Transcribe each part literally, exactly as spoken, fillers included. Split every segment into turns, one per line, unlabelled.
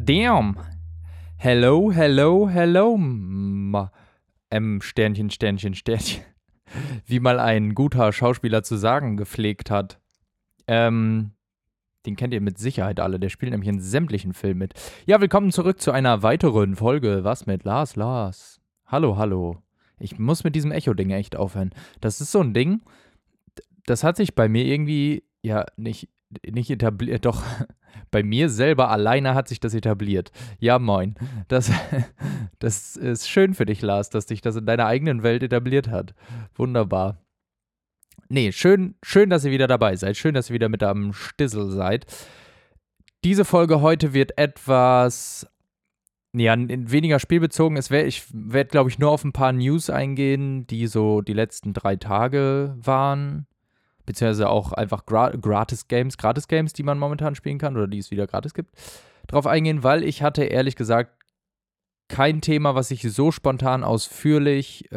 Damn. Hello, hello, hello. Ma. M, Sternchen, Sternchen, Sternchen. Wie mal ein guter Schauspieler zu sagen gepflegt hat. Ähm, den kennt ihr mit Sicherheit alle. Der spielt nämlich in sämtlichen Filmen mit. Ja, willkommen zurück zu einer weiteren Folge. Was mit Lars, Lars? Hallo, hallo. Ich muss mit diesem Echo-Ding echt aufhören. Das ist so ein Ding, das hat sich bei mir irgendwie, ja, nicht, nicht etabliert, doch bei mir selber alleine hat sich das etabliert. Ja, moin. Das, das ist schön für dich, Lars, dass dich das in deiner eigenen Welt etabliert hat. Wunderbar. Nee, schön, schön, dass ihr wieder dabei seid. Schön, dass ihr wieder mit am Stissel seid. Diese Folge heute wird etwas, ja, n- weniger spielbezogen. Es wär, ich werde, glaube ich, nur auf ein paar News eingehen, die so die letzten drei Tage waren. Beziehungsweise auch einfach gra Gratis-Games, Gratis-Games, die man momentan spielen kann oder die es wieder gratis gibt, drauf eingehen, weil ich hatte ehrlich gesagt kein Thema, was ich so spontan ausführlich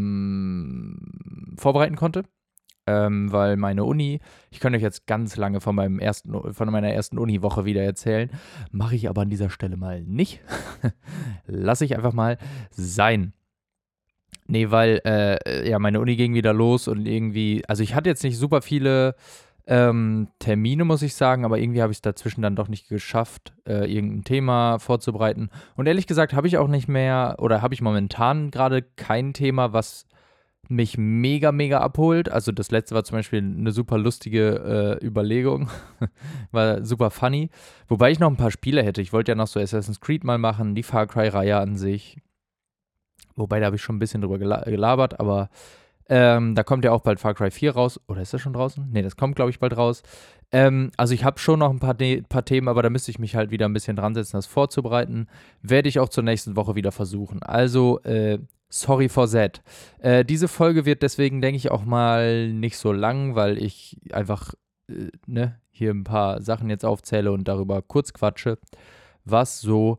ähm, vorbereiten konnte. Ähm, weil meine Uni, ich könnte euch jetzt ganz lange von, meinem ersten, von meiner ersten Uni-Woche wieder erzählen, mache ich aber an dieser Stelle mal nicht. Lasse ich einfach mal sein. Nee, weil, äh, ja, meine Uni ging wieder los und irgendwie, also ich hatte jetzt nicht super viele ähm, Termine, muss ich sagen, aber irgendwie habe ich es dazwischen dann doch nicht geschafft, äh, irgendein Thema vorzubereiten. Und ehrlich gesagt habe ich auch nicht mehr, oder habe ich momentan gerade kein Thema, was mich mega, mega abholt. Also das letzte war zum Beispiel eine super lustige äh, Überlegung, war super funny. Wobei ich noch ein paar Spiele hätte. Ich wollte ja noch so Assassin's Creed mal machen, die Far Cry-Reihe an sich. Wobei, da habe ich schon ein bisschen drüber gela gelabert, aber ähm, da kommt ja auch bald Far Cry vier raus. Oder ist das schon draußen? Ne, das kommt, glaube ich, bald raus. Ähm, also ich habe schon noch ein paar, ne paar Themen, aber da müsste ich mich halt wieder ein bisschen dran setzen, das vorzubereiten. Werde ich auch zur nächsten Woche wieder versuchen. Also, äh, sorry for that. Äh, diese Folge wird deswegen, denke ich, auch mal nicht so lang, weil ich einfach, äh, ne, hier ein paar Sachen jetzt aufzähle und darüber kurz quatsche, was so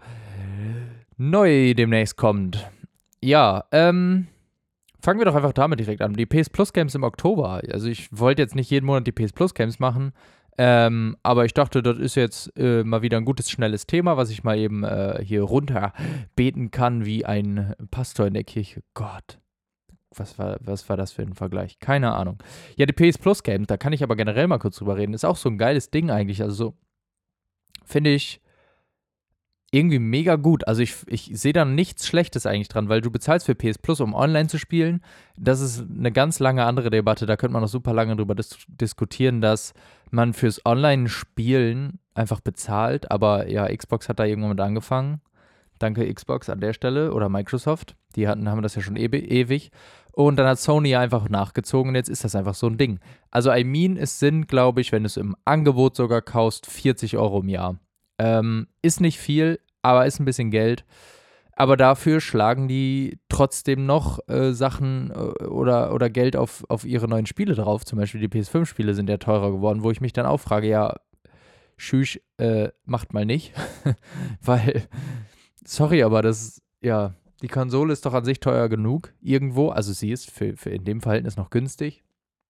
neu demnächst kommt. Ja, ähm, fangen wir doch einfach damit direkt an. Die P S Plus Games im Oktober. Also ich wollte jetzt nicht jeden Monat die P S Plus Games machen, ähm, aber ich dachte, das ist jetzt äh, mal wieder ein gutes, schnelles Thema, was ich mal eben äh, hier runter beten kann wie ein Pastor in der Kirche. Gott, was war, was war das für ein Vergleich? Keine Ahnung. Ja, die P S Plus Games, da kann ich aber generell mal kurz drüber reden. Ist auch so ein geiles Ding eigentlich. Also so, finde ich irgendwie mega gut. Also ich, ich sehe da nichts Schlechtes eigentlich dran, weil du bezahlst für P S Plus, um online zu spielen. Das ist eine ganz lange andere Debatte. Da könnte man noch super lange drüber dis diskutieren, dass man fürs Online-Spielen einfach bezahlt. Aber ja, Xbox hat da irgendwann mit angefangen. Danke Xbox an der Stelle oder Microsoft. Die hatten, haben das ja schon ewi- ewig. Und dann hat Sony ja einfach nachgezogen und jetzt ist das einfach so ein Ding. Also I mean, es sind, glaube ich, wenn du es im Angebot sogar kaufst, vierzig Euro im Jahr. Ähm, ist nicht viel, aber ist ein bisschen Geld. Aber dafür schlagen die trotzdem noch äh, Sachen äh, oder, oder Geld auf, auf ihre neuen Spiele drauf. Zum Beispiel die P S fünf Spiele sind ja teurer geworden, wo ich mich dann auch frage, ja, tschüss, äh, macht mal nicht. Weil, sorry, aber das, ja, die Konsole ist doch an sich teuer genug irgendwo. Also sie ist für, für in dem Verhältnis noch günstig.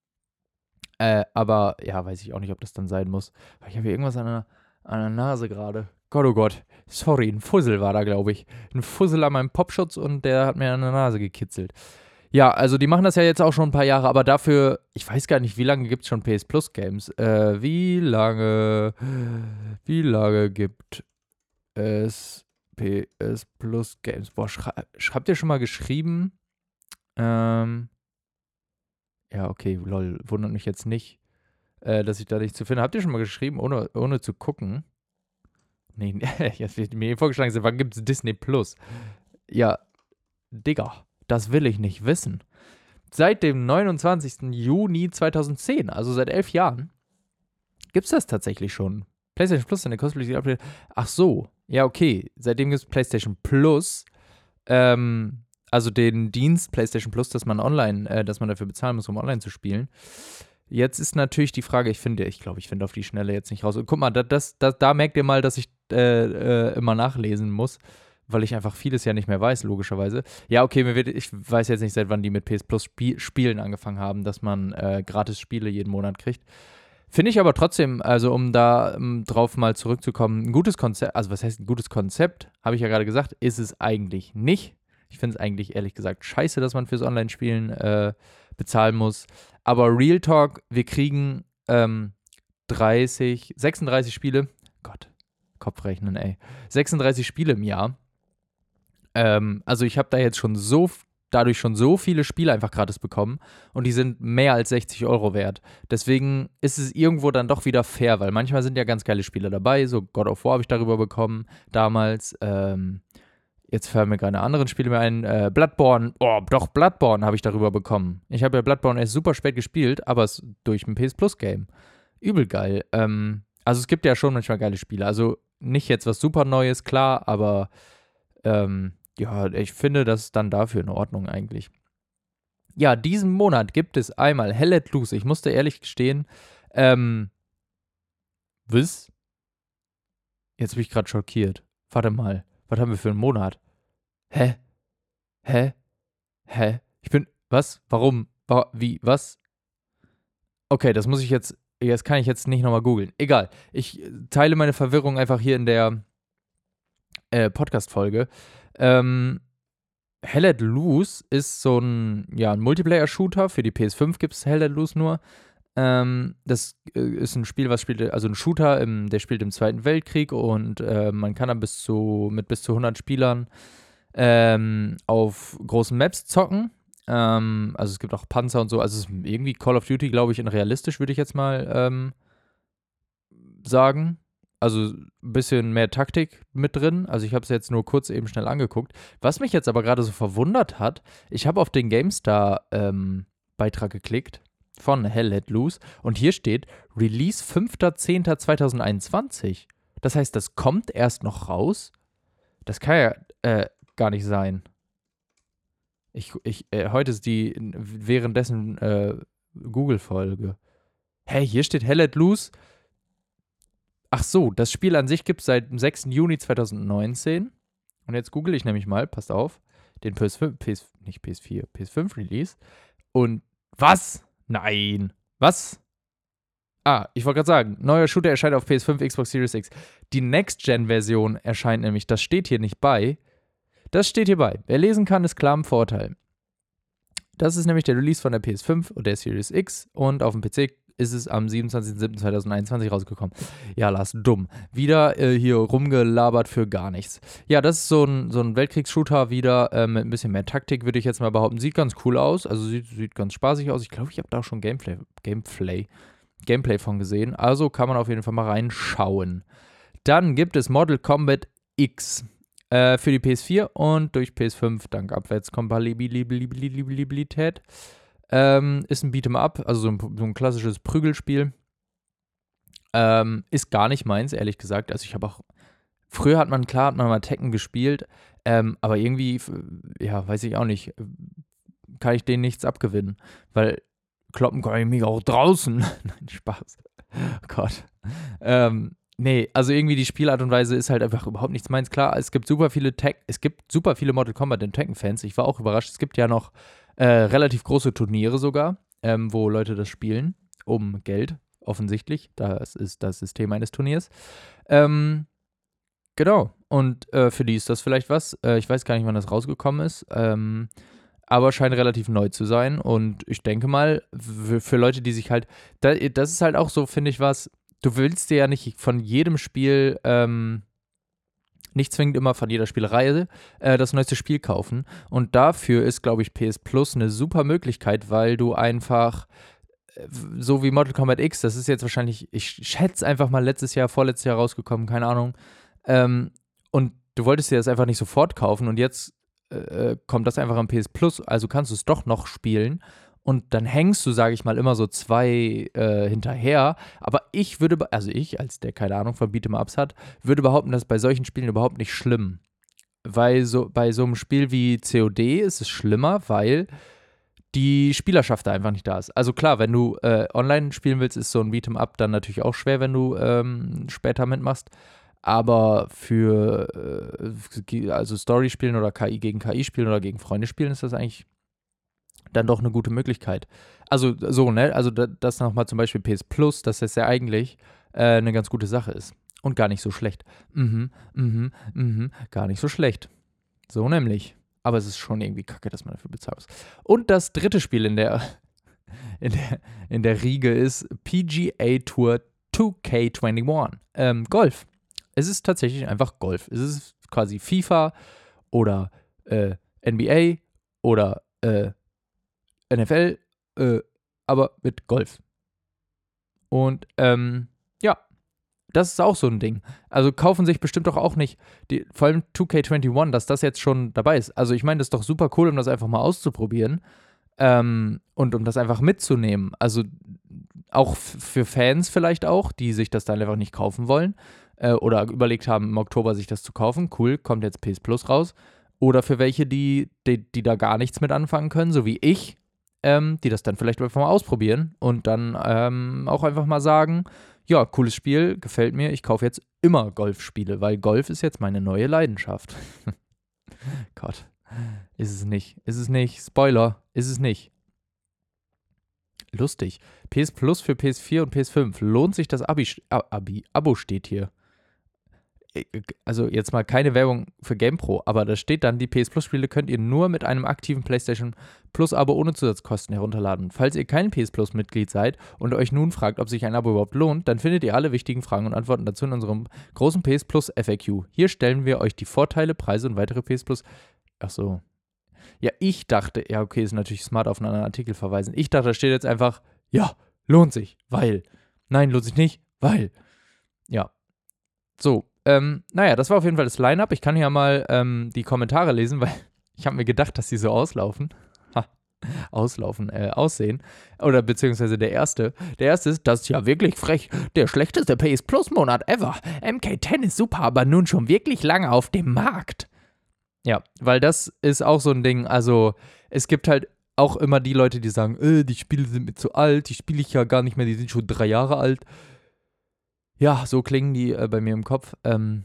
Äh, aber ja, weiß ich auch nicht, ob das dann sein muss. Weil ich habe hier irgendwas an der, an der Nase gerade. Gott, oh Gott. Sorry, ein Fussel war da, glaube ich. Ein Fussel an meinem Popschutz und der hat mir an der Nase gekitzelt. Ja, also die machen das ja jetzt auch schon ein paar Jahre, aber dafür, ich weiß gar nicht, wie lange gibt es schon P S Plus Games? Äh, wie lange, wie lange gibt es P S Plus Games? Boah, schrei habt ihr schon mal geschrieben? Ähm, ja, okay, lol, wundert mich jetzt nicht, äh, dass ich da nicht zu finden. Habt ihr schon mal geschrieben, ohne, ohne zu gucken? Nee, jetzt wird mir vorgeschlagen, wann gibt es Disney Plus? Ja, Digga, das will ich nicht wissen. Seit dem neunundzwanzigsten Juni zweitausendzehn, also seit elf Jahren, gibt es das tatsächlich schon. PlayStation Plus ist eine kostenpflichtige Update. Ach so, ja, okay. Seitdem gibt es PlayStation Plus, ähm, also den Dienst PlayStation Plus, dass man online, äh, dass man dafür bezahlen muss, um online zu spielen. Jetzt ist natürlich die Frage, ich finde, ich glaube, ich finde auf die Schnelle jetzt nicht raus. Und guck mal, da, das, da, da merkt ihr mal, dass ich äh, äh, immer nachlesen muss, weil ich einfach vieles ja nicht mehr weiß, logischerweise. Ja, okay, mir wird, ich weiß jetzt nicht, seit wann die mit P S Plus Spie Spielen angefangen haben, dass man äh, gratis Spiele jeden Monat kriegt. Finde ich aber trotzdem, also um da um drauf mal zurückzukommen, ein gutes Konzept, also was heißt ein gutes Konzept, habe ich ja gerade gesagt, ist es eigentlich nicht. Ich finde es eigentlich ehrlich gesagt scheiße, dass man fürs Online-Spielen äh, bezahlen muss. Aber Real Talk, wir kriegen ähm, dreißig, sechsunddreißig Spiele, Gott, Kopfrechnen, ey, sechsunddreißig Spiele im Jahr. Ähm, also ich habe da jetzt schon so, dadurch schon so viele Spiele einfach gratis bekommen und die sind mehr als sechzig Euro wert. Deswegen ist es irgendwo dann doch wieder fair, weil manchmal sind ja ganz geile Spiele dabei, so God of War habe ich darüber bekommen damals. Ähm, jetzt fallen mir keine anderen Spiele mehr ein. Äh, Bloodborne, oh, doch, Bloodborne habe ich darüber bekommen. Ich habe ja Bloodborne erst super spät gespielt, aber es durch ein P S Plus Game. Übel geil. Ähm, also es gibt ja schon manchmal geile Spiele. Also nicht jetzt was super Neues, klar, aber ähm, ja, ich finde das ist dann dafür in Ordnung eigentlich. Ja, diesen Monat gibt es einmal Hell Let Loose. Ich musste ehrlich gestehen, ähm, was? Jetzt bin ich gerade schockiert. Warte mal, was haben wir für einen Monat? Hä? Hä? Hä? Ich bin, was? Warum? Wa- Wie? Was? Okay, das muss ich jetzt, jetzt kann ich jetzt nicht nochmal googeln. Egal, ich teile meine Verwirrung einfach hier in der äh, Podcast-Folge. Ähm, Hell Let Loose ist so ein, ja, ein Multiplayer-Shooter. Für die P S fünf gibt es Hell Let Loose nur. Ähm, das äh, ist ein Spiel, was spielt, also ein Shooter, im, der spielt im Zweiten Weltkrieg und äh, man kann dann bis zu, mit bis zu hundert Spielern ähm, auf großen Maps zocken. Ähm, also es gibt auch Panzer und so. Also es ist irgendwie Call of Duty, glaube ich, in realistisch, würde ich jetzt mal ähm, sagen. Also ein bisschen mehr Taktik mit drin. Also ich habe es jetzt nur kurz eben schnell angeguckt. Was mich jetzt aber gerade so verwundert hat, ich habe auf den GameStar-Beitrag ähm, geklickt von Hell Let Loose und hier steht Release fünfter zehnter zweitausendeinundzwanzig. Das heißt, das kommt erst noch raus? Das kann ja äh, gar nicht sein. Ich, ich, äh, heute ist die währenddessen äh, Google-Folge. Hey, hier steht Hell Let Loose. Ach so, das Spiel an sich gibt es seit dem sechsten Juni zweitausendneunzehn. Und jetzt google ich nämlich mal, passt auf, den P S fünf, P S, nicht P S vier, P S fünf Release. Und was? Nein. Was? Ah, ich wollte gerade sagen, neuer Shooter erscheint auf P S fünf, Xbox Series X. Die Next-Gen-Version erscheint nämlich, das steht hier nicht bei. Das steht hier bei. Wer lesen kann, ist klar im Vorteil. Das ist nämlich der Release von der P S fünf und der Series X und auf dem P C ist es am siebenundzwanzigsten siebten zweitausendeinundzwanzig rausgekommen. Ja, Lars, dumm. Wieder äh, hier rumgelabert für gar nichts. Ja, das ist so ein, so ein Weltkriegs-Shooter wieder äh, mit ein bisschen mehr Taktik, würde ich jetzt mal behaupten. Sieht ganz cool aus, also sieht, sieht ganz spaßig aus. Ich glaube, ich habe da auch schon Gameplay, Gameplay, Gameplay von gesehen. Also kann man auf jeden Fall mal reinschauen. Dann gibt es Mortal Kombat X äh, für die P S vier und durch P S fünf dank Abwärtskompatibilität. Ähm, ist ein Beat'em Up, also so ein, so ein klassisches Prügelspiel. Ähm, ist gar nicht meins, ehrlich gesagt. Also ich habe auch, früher hat man, klar, hat man mal Tekken gespielt, ähm, aber irgendwie, ja, weiß ich auch nicht, kann ich denen nichts abgewinnen, weil kloppen kann ich mich auch draußen. Nein, Spaß. Oh Gott. Ähm, nee, also irgendwie die Spielart und Weise ist halt einfach überhaupt nichts meins. Klar, es gibt super viele Tek es gibt super viele Mortal Kombat und Tekken-Fans. Ich war auch überrascht. Es gibt ja noch äh, relativ große Turniere sogar, ähm, wo Leute das spielen, um Geld, offensichtlich. Das ist das System eines Turniers. Ähm, genau. Und äh, für die ist das vielleicht was. Äh, ich weiß gar nicht, wann das rausgekommen ist. Ähm, aber scheint relativ neu zu sein. Und ich denke mal, für, für Leute, die sich halt, da, das ist halt auch so, finde ich, was, du willst dir ja nicht von jedem Spiel, ähm, nicht zwingend immer von jeder Spielreihe, äh, das neueste Spiel kaufen. Und dafür ist, glaube ich, P S Plus eine super Möglichkeit, weil du einfach, äh, so wie Mortal Kombat X, das ist jetzt wahrscheinlich, ich schätze einfach mal letztes Jahr, vorletztes Jahr rausgekommen, keine Ahnung. Ähm, und du wolltest dir das einfach nicht sofort kaufen und jetzt äh, kommt das einfach am P S Plus, also kannst du es doch noch spielen. Und dann hängst du, sage ich mal, immer so zwei äh, hinterher. Aber ich würde, also ich, als der keine Ahnung von Beat'em-Ups hat, würde behaupten, dass bei solchen Spielen überhaupt nicht schlimm. Weil so, bei so einem Spiel wie C O D ist es schlimmer, weil die Spielerschaft da einfach nicht da ist. Also klar, wenn du äh, online spielen willst, ist so ein Beat'em-Up dann natürlich auch schwer, wenn du ähm, später mitmachst. Aber für äh, also Story spielen oder K I gegen K I spielen oder gegen Freunde spielen ist das eigentlich dann doch eine gute Möglichkeit. Also so, ne? Also da, das nochmal zum Beispiel P S Plus, dass das ja eigentlich äh, eine ganz gute Sache ist. Und gar nicht so schlecht. Mhm, mhm, mhm, gar nicht so schlecht. So nämlich. Aber es ist schon irgendwie kacke, dass man dafür bezahlen muss. Und das dritte Spiel in der, in der, in der Riege ist P G A Tour zwei K einundzwanzig. Ähm, Golf. Es ist tatsächlich einfach Golf. Es ist quasi FIFA oder äh, N B A oder äh, N F L, äh, aber mit Golf. Und ähm, ja, das ist auch so ein Ding. Also kaufen sich bestimmt doch auch nicht, die, vor allem zwei K einundzwanzig, dass das jetzt schon dabei ist. Also ich meine, das ist doch super cool, um das einfach mal auszuprobieren ähm, und um das einfach mitzunehmen. Also auch f- für Fans vielleicht auch, die sich das dann einfach nicht kaufen wollen äh, oder überlegt haben, im Oktober sich das zu kaufen. Cool, kommt jetzt P S Plus raus. Oder für welche, die, die, die da gar nichts mit anfangen können, so wie ich, ähm, die das dann vielleicht einfach mal ausprobieren und dann ähm, auch einfach mal sagen, ja, cooles Spiel, gefällt mir, ich kaufe jetzt immer Golfspiele, weil Golf ist jetzt meine neue Leidenschaft. Gott, ist es nicht, ist es nicht, Spoiler, ist es nicht. Lustig. P S Plus für P S vier und P S fünf. Lohnt sich das Abi, Abi, Abo steht hier. Also jetzt mal keine Werbung für GamePro, aber da steht dann, die P S Plus Spiele könnt ihr nur mit einem aktiven PlayStation Plus Abo ohne Zusatzkosten herunterladen. Falls ihr kein P S Plus Mitglied seid und euch nun fragt, ob sich ein Abo überhaupt lohnt, dann findet ihr alle wichtigen Fragen und Antworten dazu in unserem großen P S Plus F A Q. Hier stellen wir euch die Vorteile, Preise und weitere P S Plus. Ach so. Ja, ich dachte, ja okay, ist natürlich smart auf einen anderen Artikel verweisen. Ich dachte, da steht jetzt einfach, ja, lohnt sich, weil. Nein, lohnt sich nicht, weil. Ja. So, ähm, naja, das war auf jeden Fall das Line-Up. Ich kann hier mal ähm, die Kommentare lesen, weil ich habe mir gedacht, dass die so auslaufen. Ha, auslaufen, äh, aussehen. Oder beziehungsweise der erste. Der erste ist, das ist ja wirklich frech. Der schlechteste P S Plus Monat ever. M K zehn ist super, aber nun schon wirklich lange auf dem Markt. Ja, weil das ist auch so ein Ding. Also, es gibt halt auch immer die Leute, die sagen, äh, die Spiele sind mir zu alt, die spiele ich ja gar nicht mehr, die sind schon drei Jahre alt. Ja, so klingen die äh, bei mir im Kopf. Ähm,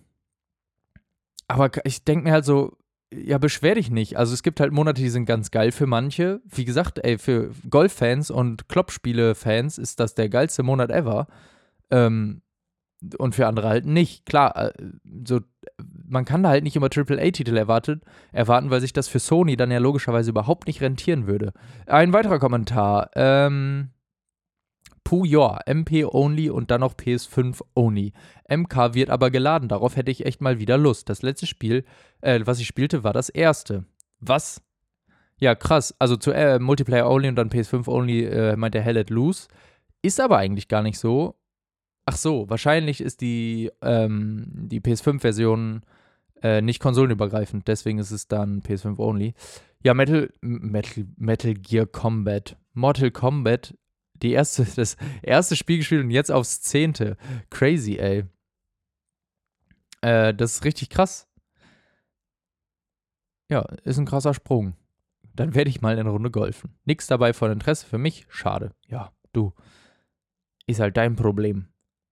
aber ich denke mir halt so, ja, beschwer dich nicht. Also es gibt halt Monate, die sind ganz geil für manche. Wie gesagt, ey, für Golf-Fans und Kloppspiele-Fans ist das der geilste Monat ever. Ähm, und für andere halt nicht. Klar, äh, so, man kann da halt nicht immer Triple A-Titel erwarten, erwarten, weil sich das für Sony dann ja logischerweise überhaupt nicht rentieren würde. Ein weiterer Kommentar. Ähm, Puh, ja, M P only und dann noch P S fünf only. M K wird aber geladen, darauf hätte ich echt mal wieder Lust. Das letzte Spiel, äh, was ich spielte, war das erste. Was? Ja, krass. Also zu äh, Multiplayer only und dann P S fünf only äh, meint der Hell Let Loose. Ist aber eigentlich gar nicht so. Ach so, wahrscheinlich ist die, ähm, die P S fünf Version äh, nicht konsolenübergreifend, deswegen ist es dann P S fünf only. Ja, Metal, Metal, Metal Gear Combat. Mortal Kombat. Die erste, das erste Spiel gespielt und jetzt aufs zehnte. Crazy, ey. Äh, das ist richtig krass. Ja, ist ein krasser Sprung. Dann werde ich mal eine Runde golfen. Nix dabei von Interesse für mich. Schade. Ja, du. Ist halt dein Problem.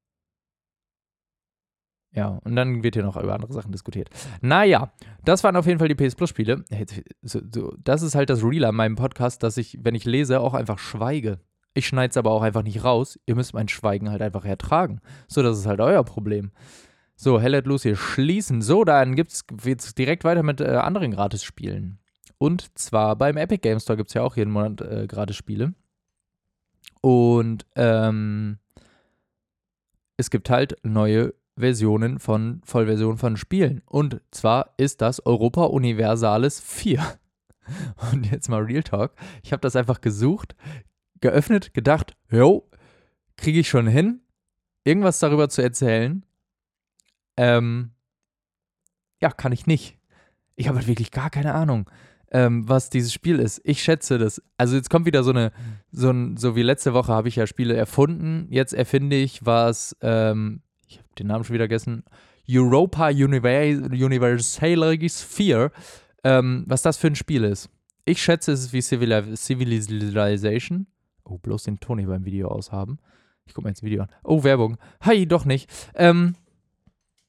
Ja, und dann wird hier noch über andere Sachen diskutiert. Naja, das waren auf jeden Fall die P S Plus-Spiele. Das ist halt das Real an meinem Podcast, dass ich, wenn ich lese, auch einfach schweige. Ich schneide es aber auch einfach nicht raus. Ihr müsst mein Schweigen halt einfach ertragen. So, das ist halt euer Problem. So, Hell Let Loose hier schließen. So, dann geht's direkt weiter mit äh, anderen Gratis-Spielen. Und zwar beim Epic Games Store gibt es ja auch jeden Monat äh, Gratis-Spiele. Und ähm, es gibt halt neue Versionen von, Vollversionen von Spielen. Und zwar ist das Europa Universalis vier. Und jetzt mal Real Talk. Ich habe das einfach gesucht, geöffnet, gedacht, jo, kriege ich schon hin, irgendwas darüber zu erzählen. Ähm, ja, kann ich nicht. Ich habe halt wirklich gar keine Ahnung, ähm, was dieses Spiel ist. Ich schätze das. Also jetzt kommt wieder so eine, so ein, so wie letzte Woche habe ich ja Spiele erfunden. Jetzt erfinde ich was, ähm, ich habe den Namen schon wieder vergessen, Europa Universalis vier, ähm, was das für ein Spiel ist. Ich schätze, es ist wie Civil- Civilization. Oh, bloß den Ton hier beim Video aushaben. Ich gucke mir jetzt ein Video an. Oh, Werbung. Hi, doch nicht. Ähm,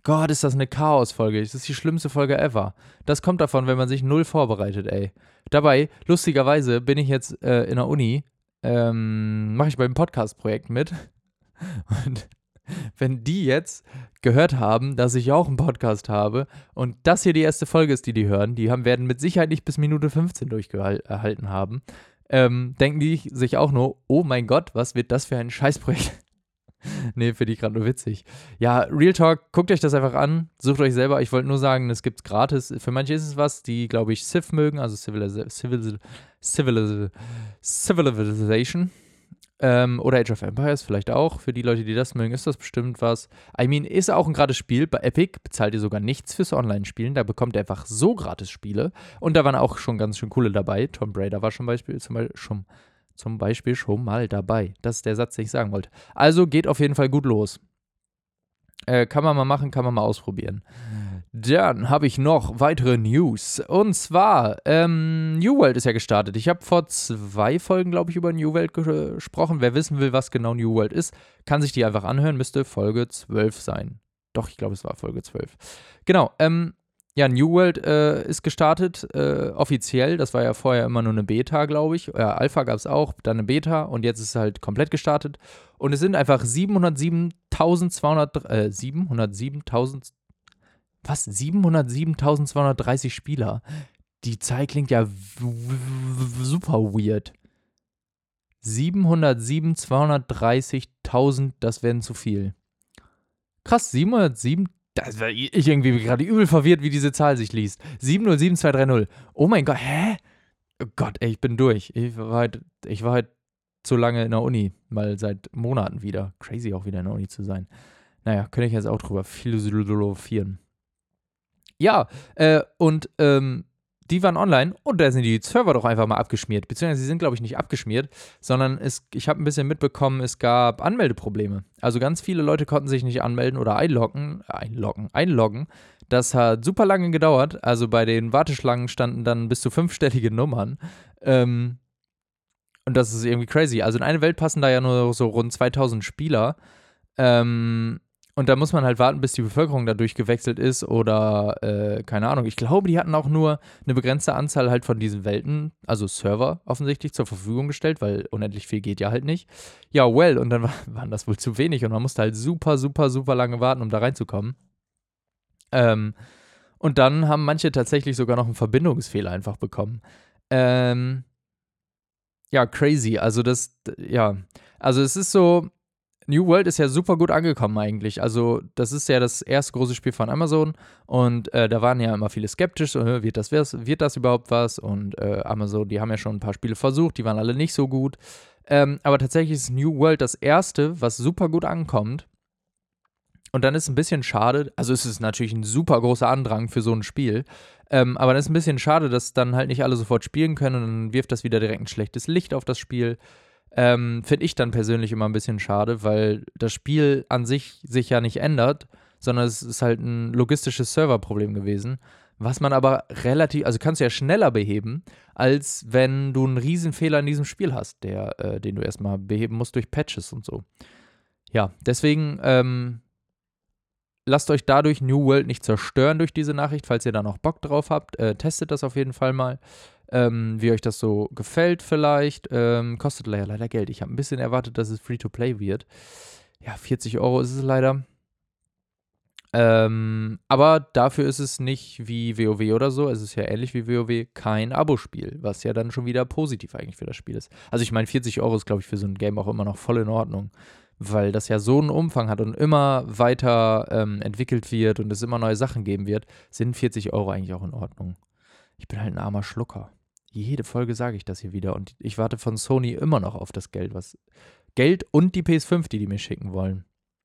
Gott, ist das eine Chaos-Folge. Das ist die schlimmste Folge ever. Das kommt davon, wenn man sich null vorbereitet, ey. Dabei, lustigerweise, bin ich jetzt äh, in der Uni, ähm, mache ich beim Podcast-Projekt mit. Und wenn die jetzt gehört haben, dass ich auch einen Podcast habe und das hier die erste Folge ist, die die hören, die haben, werden mit Sicherheit nicht bis Minute fünfzehn durchgehalten haben, ähm, denken die sich auch nur, oh mein Gott, was wird das für ein Scheißprojekt? Nee, finde ich gerade nur witzig. Ja, Real Talk, guckt euch das einfach an, sucht euch selber. Ich wollte nur sagen, es gibt's gratis. Für manche ist es was, die, glaube ich, Civ mögen, also Civilization, Civilization, Civilization. Ähm, oder Age of Empires vielleicht auch. Für die Leute, die das mögen, ist das bestimmt was. I mean, ist auch ein gratis Spiel. Bei Epic bezahlt ihr sogar nichts fürs Online-Spielen. Da bekommt ihr einfach so gratis Spiele. Und da waren auch schon ganz schön coole dabei. Tomb Raider war zum Beispiel, zum Beispiel schon Zum Beispiel schon mal dabei. Das ist der Satz, den ich sagen wollte. Also geht auf jeden Fall gut los. Äh, kann man mal machen, kann man mal ausprobieren. Dann habe ich noch weitere News. Und zwar, ähm, New World ist ja gestartet. Ich habe vor zwei Folgen, glaube ich, über New World gesprochen. Wer wissen will, was genau New World ist, kann sich die einfach anhören. Müsste Folge zwölf sein. Doch, ich glaube, es war Folge zwölf. Genau, ähm, ja, New World äh, ist gestartet, äh, offiziell. Das war ja vorher immer nur eine Beta, glaube ich. Ja, Alpha gab es auch, dann eine Beta und jetzt ist es halt komplett gestartet. Und es sind einfach siebenhundertsiebentausendzweihundert, äh, siebenhundertsiebentausend, was? siebenhundertsiebentausendzweihundertdreißig Spieler. Die Zahl klingt ja w- w- super weird. siebenhundertsieben, das werden zu viel. Krass, siebenhundertsieben. Das war, ich irgendwie bin gerade übel verwirrt, wie diese Zahl sich liest. sieben null sieben zwei drei null. Oh mein Gott, hä? Oh Gott, ey, ich bin durch. Ich war halt, ich war halt zu lange in der Uni, mal seit Monaten wieder. Crazy auch wieder in der Uni zu sein. Naja, könnte ich jetzt auch drüber philosophieren. Ja, äh, und ähm, die waren online und da sind die Server doch einfach mal abgeschmiert. Beziehungsweise sie sind, glaube ich, nicht abgeschmiert, sondern es, ich habe ein bisschen mitbekommen, es gab Anmeldeprobleme. Also ganz viele Leute konnten sich nicht anmelden oder einloggen, einloggen, einloggen. Das hat super lange gedauert. Also bei den Warteschlangen standen dann bis zu fünfstellige Nummern. Ähm, und das ist irgendwie crazy. Also in eine Welt passen da ja nur so rund zweitausend Spieler. Ähm, Und da muss man halt warten, bis die Bevölkerung da durchgewechselt ist oder, äh, keine Ahnung. Ich glaube, die hatten auch nur eine begrenzte Anzahl halt von diesen Welten, also Server offensichtlich, zur Verfügung gestellt, weil unendlich viel geht ja halt nicht. Ja, well, und dann war, waren das wohl zu wenig und man musste halt super, super, super lange warten, um da reinzukommen. Ähm, und dann haben manche tatsächlich sogar noch einen Verbindungsfehler einfach bekommen. Ähm, ja, crazy. Also das, ja, also es ist so, New World ist ja super gut angekommen eigentlich. Also das ist ja das erste große Spiel von Amazon und äh, da waren ja immer viele skeptisch, so, wird das, wird das überhaupt was? Und äh, Amazon, die haben ja schon ein paar Spiele versucht, die waren alle nicht so gut. Ähm, aber tatsächlich ist New World das erste, was super gut ankommt. Und dann ist es ein bisschen schade, also es ist natürlich ein super großer Andrang für so ein Spiel, ähm, aber dann ist es ein bisschen schade, dass dann halt nicht alle sofort spielen können und dann wirft das wieder direkt ein schlechtes Licht auf das Spiel. Ähm, finde ich dann persönlich immer ein bisschen schade, weil das Spiel an sich sich ja nicht ändert, sondern es ist halt ein logistisches Serverproblem gewesen, was man aber relativ, also kannst du ja schneller beheben, als wenn du einen Riesenfehler in diesem Spiel hast, der, äh, den du erstmal beheben musst durch Patches und so. Ja, deswegen, ähm, lasst euch dadurch New World nicht zerstören durch diese Nachricht, falls ihr da noch Bock drauf habt. Äh, testet das auf jeden Fall mal, ähm, wie euch das so gefällt vielleicht. Ähm, kostet leider, leider Geld. Ich habe ein bisschen erwartet, dass es Free-to-Play wird. Ja, vierzig Euro ist es leider. Ähm, aber dafür ist es nicht wie WoW oder so. Es ist ja ähnlich wie WoW kein Abo-Spiel, was ja dann schon wieder positiv eigentlich für das Spiel ist. Also ich meine, vierzig Euro ist, glaube ich, für so ein Game auch immer noch voll in Ordnung, weil das ja so einen Umfang hat und immer weiter ähm, entwickelt wird und es immer neue Sachen geben wird, sind vierzig Euro eigentlich auch in Ordnung. Ich bin halt ein armer Schlucker. Jede Folge sage ich das hier wieder und ich warte von Sony immer noch auf das Geld, was Geld und die P S fünf, die die mir schicken wollen.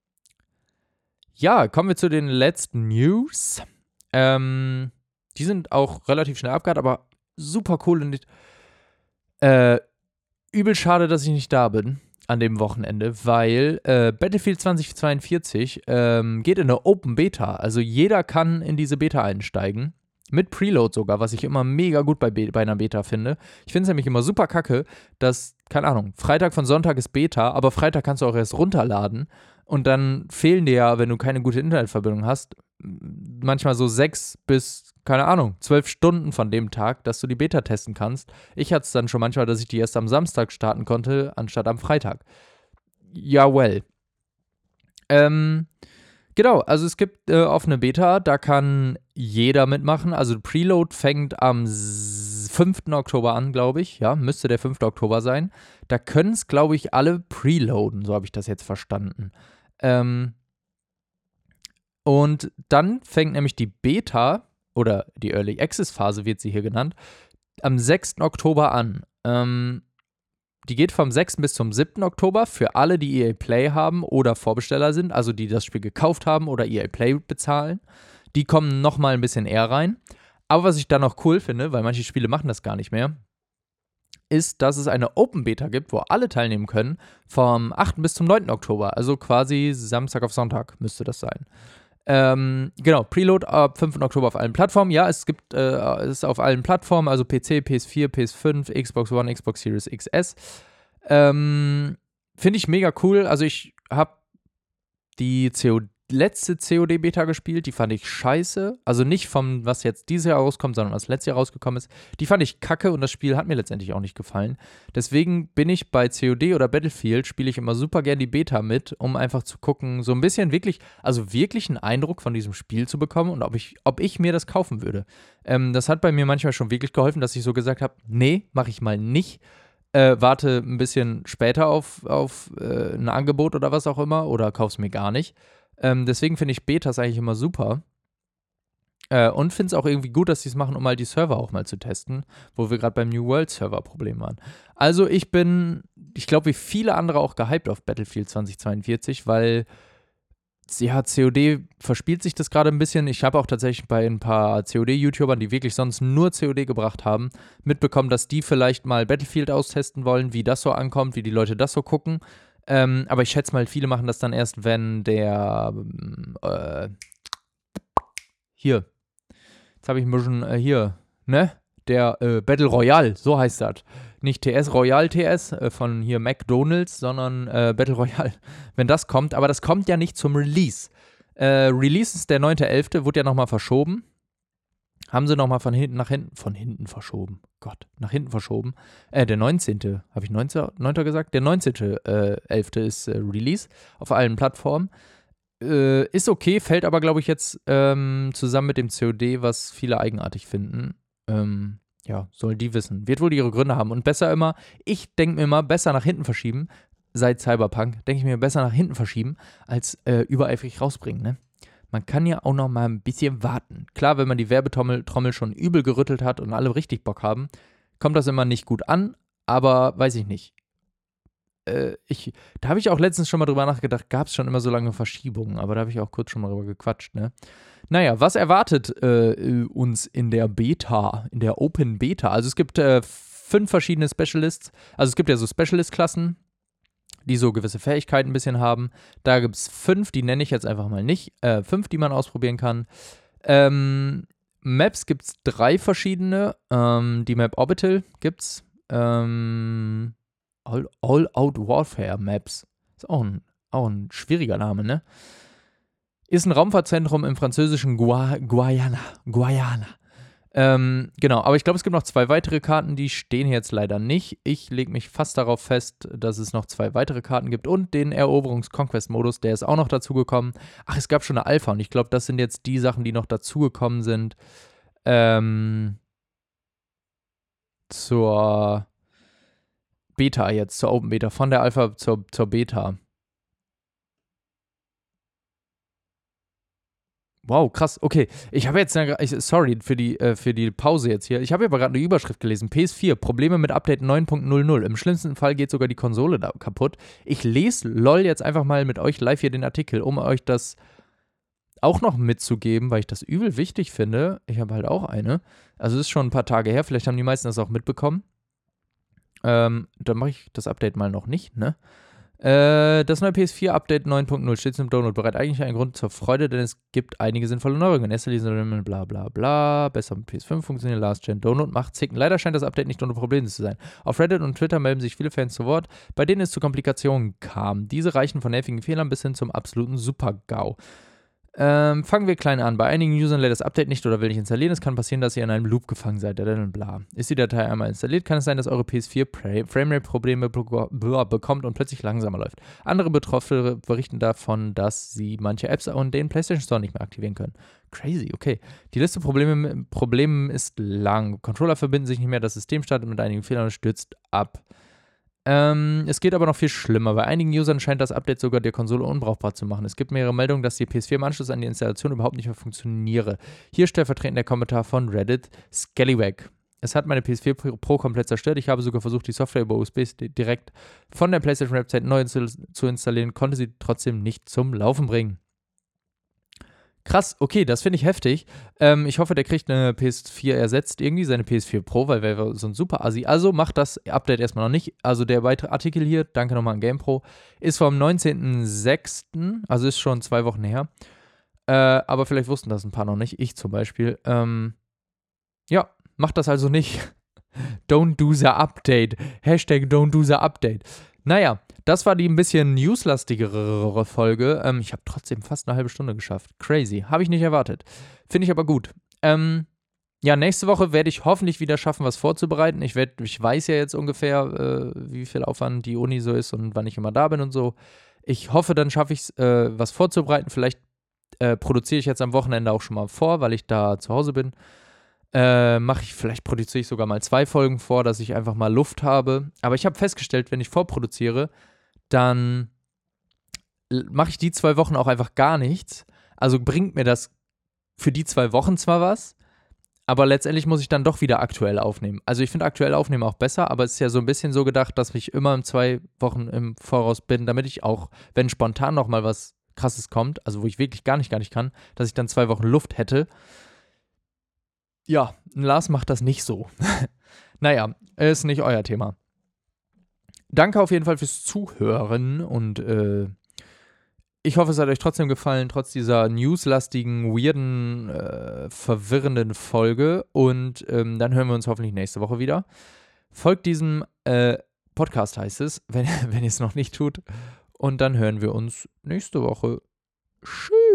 Ja, kommen wir zu den letzten News. Ähm, die sind auch relativ schnell abgehakt, aber super cool und äh, übel schade, dass ich nicht da bin an dem Wochenende, weil äh, Battlefield zwanzig zweiundvierzig ähm, geht in eine Open Beta. Also jeder kann in diese Beta einsteigen. Mit Preload sogar, was ich immer mega gut bei, Be- bei einer Beta finde. Ich finde es nämlich immer super kacke, dass, keine Ahnung, Freitag von Sonntag ist Beta, aber Freitag kannst du auch erst runterladen. Und dann fehlen dir ja, wenn du keine gute Internetverbindung hast, manchmal so sechs bis, keine Ahnung, zwölf Stunden von dem Tag, dass du die Beta testen kannst. Ich hatte es dann schon manchmal, dass ich die erst am Samstag starten konnte, anstatt am Freitag. Ja, well. Ähm, genau, also es gibt äh, offene Beta, da kann jeder mitmachen. Also Preload fängt am s- fünften Oktober an, glaube ich. Ja, müsste der fünfte Oktober sein. Da können es, glaube ich, alle preloaden, so habe ich das jetzt verstanden. Ähm, und dann fängt nämlich die Beta, oder die Early Access Phase wird sie hier genannt, am sechsten Oktober an. Ähm, die geht vom sechsten bis zum siebten Oktober für alle, die E A Play haben oder Vorbesteller sind, also die das Spiel gekauft haben oder E A Play bezahlen. Die kommen nochmal ein bisschen eher rein. Aber was ich dann noch cool finde, weil manche Spiele machen das gar nicht mehr, ist, dass es eine Open Beta gibt, wo alle teilnehmen können, vom achten bis zum neunten Oktober. Also quasi Samstag auf Sonntag müsste das sein. Ähm, genau, Preload ab fünften Oktober auf allen Plattformen. Ja, es gibt äh, es ist auf allen Plattformen, also P C, P S vier, P S fünf, Xbox One, Xbox Series X S. Ähm, Finde ich mega cool. Also ich habe die C O D, letzte C O D-Beta gespielt, die fand ich scheiße. Also nicht vom, was jetzt dieses Jahr rauskommt, sondern was letztes Jahr rausgekommen ist. Die fand ich kacke und das Spiel hat mir letztendlich auch nicht gefallen. Deswegen bin ich bei C O D oder Battlefield, spiele ich immer super gern die Beta mit, um einfach zu gucken, so ein bisschen wirklich, also wirklich einen Eindruck von diesem Spiel zu bekommen und ob ich, ob ich mir das kaufen würde. Ähm, das hat bei mir manchmal schon wirklich geholfen, dass ich so gesagt habe, nee, mache ich mal nicht. Äh, warte ein bisschen später auf, auf äh, ein Angebot oder was auch immer oder kauf's mir gar nicht. Ähm, deswegen finde ich Betas eigentlich immer super. Äh, und finde es auch irgendwie gut, dass sie es machen, um mal die Server auch mal zu testen, wo wir gerade beim New World Server Problem waren. Also ich bin, ich glaube, wie viele andere auch gehypt auf Battlefield zwanzig zweiundvierzig, weil ja, C O D verspielt sich das gerade ein bisschen. Ich habe auch tatsächlich bei ein paar C O D-YouTubern, die wirklich sonst nur C O D gebracht haben, mitbekommen, dass die vielleicht mal Battlefield austesten wollen, wie das so ankommt, wie die Leute das so gucken. Ähm, aber ich schätze mal, viele machen das dann erst, wenn der äh, hier, jetzt habe ich ein bisschen äh, hier, ne? Der äh, Battle Royale, so heißt das. Nicht T S, Royale T S äh, von hier McDonalds, sondern äh, Battle Royale, wenn das kommt. Aber das kommt ja nicht zum Release. Äh, Release ist der neunter elfter, wurde ja nochmal verschoben. Haben sie nochmal von hinten nach hinten, von hinten verschoben. Gott, nach hinten verschoben. Äh, der neunzehnte Habe ich neunzehnten neunter gesagt? Der neunzehnten elfter ist äh, Release auf allen Plattformen. Äh, ist okay, fällt aber, glaube ich, jetzt ähm, zusammen mit dem C O D, was viele eigenartig finden. Ähm, ja, sollen die wissen. Wird wohl ihre Gründe haben. Und besser immer, ich denke mir immer, besser nach hinten verschieben, seit Cyberpunk, denke ich mir, besser nach hinten verschieben, als äh, übereifrig rausbringen, ne? Man kann ja auch noch mal ein bisschen warten. Klar, wenn man die Werbetrommel Trommel schon übel gerüttelt hat und alle richtig Bock haben, kommt das immer nicht gut an, aber weiß ich nicht. Äh, ich, da habe ich auch letztens schon mal drüber nachgedacht, gab es schon immer so lange Verschiebungen, aber da habe ich auch kurz schon mal drüber gequatscht, ne? Naja, was erwartet äh, uns in der Beta, in der Open Beta? Also es gibt äh, fünf verschiedene Specialists, also es gibt ja so Specialist-Klassen, die so gewisse Fähigkeiten ein bisschen haben. Da gibt es fünf, die nenne ich jetzt einfach mal nicht. Äh, fünf, die man ausprobieren kann. Ähm, Maps gibt es drei verschiedene. Ähm, die Map Orbital gibt es. Ähm, All, All Out Warfare Maps. Ist auch ein, auch ein schwieriger Name, ne? Ist ein Raumfahrtzentrum im französischen Gua Guayana. Guayana. Ähm, genau, aber ich glaube, es gibt noch zwei weitere Karten, die stehen jetzt leider nicht. Ich lege mich fast darauf fest, dass es noch zwei weitere Karten gibt und den Eroberungs-Conquest-Modus, der ist auch noch dazugekommen. Ach, es gab schon eine Alpha und ich glaube, das sind jetzt die Sachen, die noch dazugekommen sind. Ähm, zur Beta jetzt, zur Open Beta, von der Alpha zur, zur Beta. Wow, krass. Okay, ich habe jetzt, ich, sorry für die, äh, für die Pause jetzt hier. Ich habe aber gerade eine Überschrift gelesen. P S vier, Probleme mit Update neun Punkt null null. Im schlimmsten Fall geht sogar die Konsole da kaputt. Ich lese LOL jetzt einfach mal mit euch live hier den Artikel, um euch das auch noch mitzugeben, weil ich das übel wichtig finde. Ich habe halt auch eine. Also es ist schon ein paar Tage her, vielleicht haben die meisten das auch mitbekommen. Ähm, dann mache ich das Update mal noch nicht, ne? Äh, das neue P S vier Update neun Punkt null steht zum Download bereit. Eigentlich ein Grund zur Freude, denn es gibt einige sinnvolle Neuerungen. In erster Linie bla bla bla, besser mit P S fünf funktioniert, Last Gen Download macht zicken. Leider scheint das Update nicht ohne Probleme zu sein. Auf Reddit und Twitter melden sich viele Fans zu Wort, bei denen es zu Komplikationen kam. Diese reichen von nervigen Fehlern bis hin zum absoluten Super-GAU. Ähm, fangen wir klein an. Bei einigen Usern lädt das Update nicht oder will nicht installieren. Es kann passieren, dass ihr in einem Loop gefangen seid. Bla. Ist die Datei einmal installiert, kann es sein, dass eure P S vier Framerate-Probleme bekommt und plötzlich langsamer läuft. Andere Betroffene berichten davon, dass sie manche Apps und den PlayStation Store nicht mehr aktivieren können. Crazy, okay. Die Liste Probleme Problemen ist lang. Controller verbinden sich nicht mehr, das System startet mit einigen Fehlern und stürzt ab. Ähm, es geht aber noch viel schlimmer. Bei einigen Usern scheint das Update sogar der Konsole unbrauchbar zu machen. Es gibt mehrere Meldungen, dass die P S vier im Anschluss an die Installation überhaupt nicht mehr funktioniere. Hier stellvertretend der Kommentar von Reddit Scallywag. Es hat meine P S vier Pro komplett zerstört. Ich habe sogar versucht, die Software über U S B direkt von der PlayStation-Website neu zu installieren, konnte sie trotzdem nicht zum Laufen bringen. Krass, okay, das finde ich heftig. Ähm, ich hoffe, der kriegt eine P S vier ersetzt, irgendwie seine P S vier Pro, weil wäre so ein super Assi. Also macht das Update erstmal noch nicht. Also der weitere Artikel hier, danke nochmal an GamePro, ist vom neunzehnten sechsten, also ist schon zwei Wochen her. Äh, aber vielleicht wussten das ein paar noch nicht, ich zum Beispiel. Ähm, ja, macht das also nicht. Don't do the update. Hashtag don't do the update. Naja, das war die ein bisschen newslastigere Folge. Ähm, ich habe trotzdem fast eine halbe Stunde geschafft. Crazy. Habe ich nicht erwartet. Finde ich aber gut. Ähm, ja, nächste Woche werde ich hoffentlich wieder schaffen, was vorzubereiten. Ich, werd, ich weiß ja jetzt ungefähr, äh, wie viel Aufwand die Uni so ist und wann ich immer da bin und so. Ich hoffe, dann schaffe ich es, äh, was vorzubereiten. Vielleicht äh, produziere ich jetzt am Wochenende auch schon mal vor, weil ich da zu Hause bin. Äh, mache ich, vielleicht produziere ich sogar mal zwei Folgen vor, dass ich einfach mal Luft habe. Aber ich habe festgestellt, wenn ich vorproduziere, dann mache ich die zwei Wochen auch einfach gar nichts. Also bringt mir das für die zwei Wochen zwar was, aber letztendlich muss ich dann doch wieder aktuell aufnehmen. Also ich finde aktuell aufnehmen auch besser, aber es ist ja so ein bisschen so gedacht, dass ich immer in zwei Wochen im Voraus bin, damit ich auch, wenn spontan nochmal was Krasses kommt, also wo ich wirklich gar nicht, gar nicht kann, dass ich dann zwei Wochen Luft hätte. Ja, Lars macht das nicht so. Naja, ist nicht euer Thema. Danke auf jeden Fall fürs Zuhören und äh, ich hoffe, es hat euch trotzdem gefallen, trotz dieser newslastigen, weirden, äh, verwirrenden Folge. Und ähm, dann hören wir uns hoffentlich nächste Woche wieder. Folgt diesem äh, Podcast, heißt es, wenn, wenn ihr es noch nicht tut. Und dann hören wir uns nächste Woche. Tschüss.